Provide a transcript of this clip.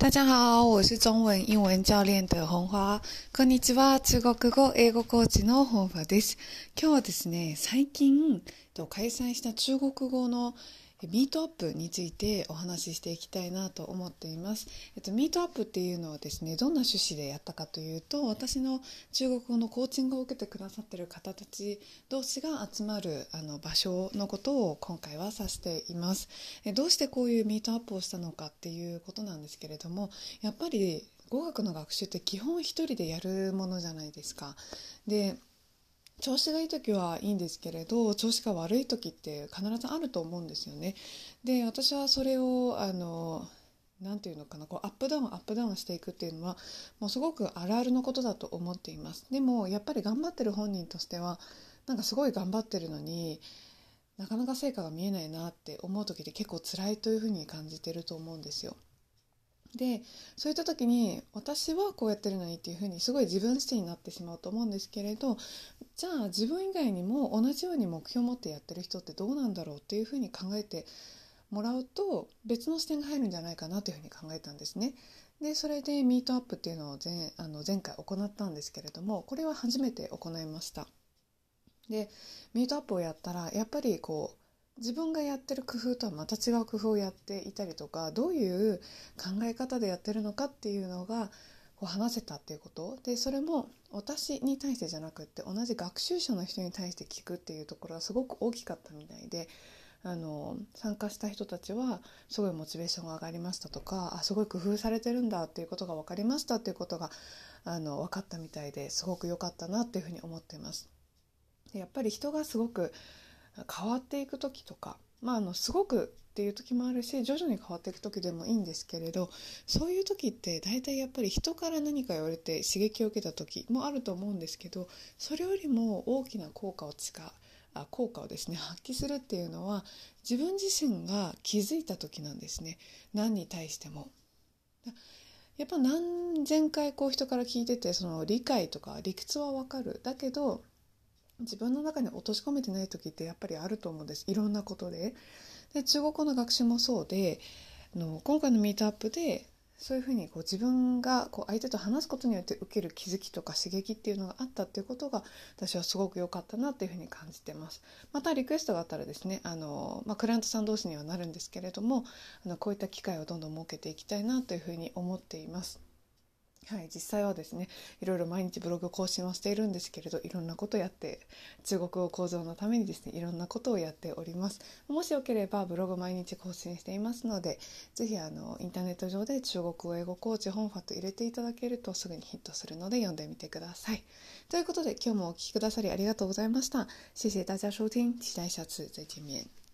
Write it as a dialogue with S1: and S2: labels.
S1: 大家好，我是中文英文教練的本華。こんにちは、中国語英語コーチの本華です。今日はですね、最近開催した中国語のミートアップについてお話ししていきたいなと思っています。ミートアップっていうのはですね、どんな趣旨でやったかというと、私の中国語のコーチングを受けてくださっている方たち同士が集まる場所のことを今回は指しています。どうしてこういうミートアップをしたのかっていうことなんですけれども、やっぱり語学の学習って基本一人でやるものじゃないですか。で、調子がいい時はいいんですけれど、調子が悪い時って必ずあると思うんですよね。で、私はそれをなんていうのかな、アップダウンしていくっていうのはもうすごくあるあるのことだと思っています。でもやっぱり頑張ってる本人としては、なんかすごい頑張ってるのになかなか成果が見えないなって思う時って結構辛いというふうに感じてると思うんですよ。で、そういった時に私はこうやってるのにっていうふうにすごい自分視点になってしまうと思うんですけれど、じゃあ自分以外にも同じように目標を持ってやってる人ってどうなんだろうっていうふうに考えてもらうと別の視点が入るんじゃないかなというふうに考えたんですね。で、それでミートアップっていうのを前回行ったんですけれども、これは初めて行いました。で、ミートアップをやったらやっぱり自分がやってる工夫とはまた違う工夫をやっていたりとか、どういう考え方でやってるのかっていうのが話せたっていうことで、それも私に対してじゃなくって同じ学習者の人に対して聞くっていうところはすごく大きかったみたいで、参加した人たちはすごいモチベーションが上がりましたとか、すごい工夫されてるんだっていうことが分かりましたっていうことが分かったみたいで、すごく良かったなっていうふうに思っています。で、やっぱり人がすごく変わっていく時とか、すごくっていう時もあるし、徐々に変わっていく時でもいいんですけれど、そういう時って大体やっぱり人から何か言われて刺激を受けた時もあると思うんですけど、それよりも大きな効果をですね発揮するっていうのは自分自身が気づいた時なんですね。何に対してもやっぱ何千回人から聞いてて、その理解とか理屈は分かる、だけど自分の中に落とし込めてない時ってやっぱりあると思うんです。いろんなことで。中国語の学習もそうで、今回のミートアップでそういうふうに自分が相手と話すことによって受ける気づきとか刺激っていうのがあったっていうことが私はすごく良かったなっていうふうに感じてます。またリクエストがあったらですね、クライアントさん同士にはなるんですけれども、こういった機会をどんどん設けていきたいなというふうに思っています。はい、実際はですね、いろいろ毎日ブログ更新はしているんですけれど、いろんなことをやって、中国語向上のためにですね、いろんなことをやっております。もしよければブログ毎日更新していますので、ぜひインターネット上で中国語英語コーチ本ファと入れていただけるとすぐにヒットするので読んでみてください。ということで今日もお聞きくださりありがとうございました。謝謝大家收聽，期待下次再見面。